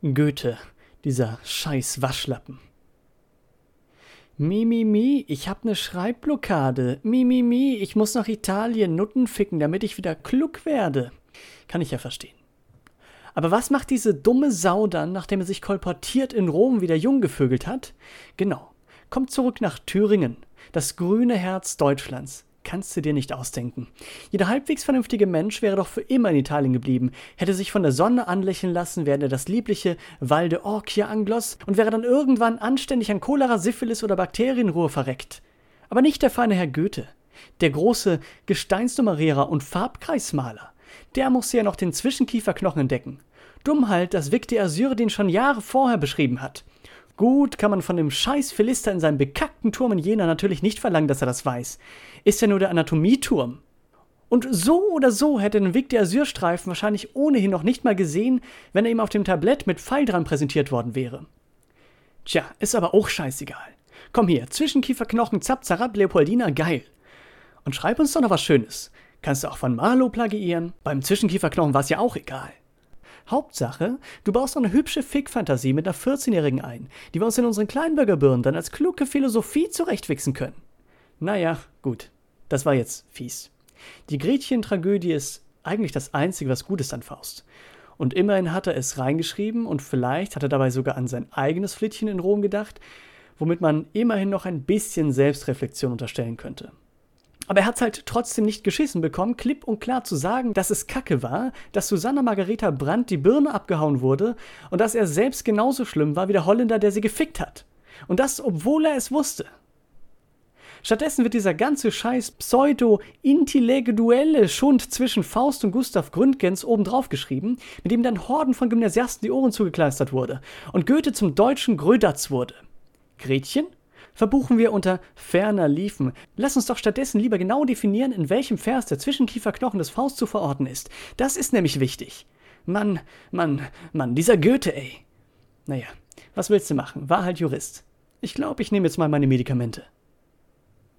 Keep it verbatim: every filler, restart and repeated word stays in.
Goethe, dieser scheiß Waschlappen. Mi, mi, mi, ich hab ne Schreibblockade. Mi, mi, mi, ich muss nach Italien Nutten ficken, damit ich wieder klug werde. Kann ich ja verstehen. Aber was macht diese dumme Sau dann, nachdem er sich kolportiert in Rom wieder jung gevögelt hat? Genau, kommt zurück nach Thüringen, das grüne Herz Deutschlands. Kannst du dir nicht ausdenken. Jeder halbwegs vernünftige Mensch wäre doch für immer in Italien geblieben, hätte sich von der Sonne anlächeln lassen, während er das liebliche Val de Orcia angloss und wäre dann irgendwann anständig an Cholera, Syphilis oder Bakterienruhe verreckt. Aber nicht der feine Herr Goethe, der große Gesteinsnummerierer und Farbkreismaler. Der musste ja noch den Zwischenkieferknochen entdecken. Dumm halt, dass Victor Asyre den schon Jahre vorher beschrieben hat. Gut, kann man von dem scheiß Philister in seinem bekackten Turm in Jena natürlich nicht verlangen, dass er das weiß. Ist ja nur der Anatomieturm. Und so oder so hätte den Victor Asyr-Streifen wahrscheinlich ohnehin noch nicht mal gesehen, wenn er ihm auf dem Tablett mit Pfeil dran präsentiert worden wäre. Tja, ist aber auch scheißegal. Komm hier, Zwischenkieferknochen, zapp, zarab, Leopoldina, geil. Und schreib uns doch noch was Schönes. Kannst du auch von Marlow plagiieren? Beim Zwischenkieferknochen war es ja auch egal. Hauptsache, du baust eine hübsche Fick-Fantasie mit einer vierzehnjährigen ein, die wir uns in unseren Kleinbürgerbirnen dann als kluge Philosophie zurechtwichsen können. Naja, gut, das war jetzt fies. Die Gretchen-Tragödie ist eigentlich das Einzige, was gut ist an Faust. Und immerhin hat er es reingeschrieben und vielleicht hat er dabei sogar an sein eigenes Flittchen in Rom gedacht, womit man immerhin noch ein bisschen Selbstreflexion unterstellen könnte. Aber er hat es halt trotzdem nicht geschissen bekommen, klipp und klar zu sagen, dass es Kacke war, dass Susanna Margareta Brandt die Birne abgehauen wurde und dass er selbst genauso schlimm war wie der Holländer, der sie gefickt hat. Und das, obwohl er es wusste. Stattdessen wird dieser ganze scheiß pseudo-intellektuelle Schund zwischen Faust und Gustav Gründgens obendrauf geschrieben, mit dem dann Horden von Gymnasiasten die Ohren zugekleistert wurde und Goethe zum deutschen Grödatz wurde. Gretchen? Verbuchen wir unter ferner liefen. Lass uns doch stattdessen lieber genau definieren, in welchem Vers der Zwischenkieferknochen des Faust zu verorten ist. Das ist nämlich wichtig. Mann, Mann, Mann, dieser Goethe, ey. Naja, was willst du machen? War halt Jurist. Ich glaube, ich nehme jetzt mal meine Medikamente.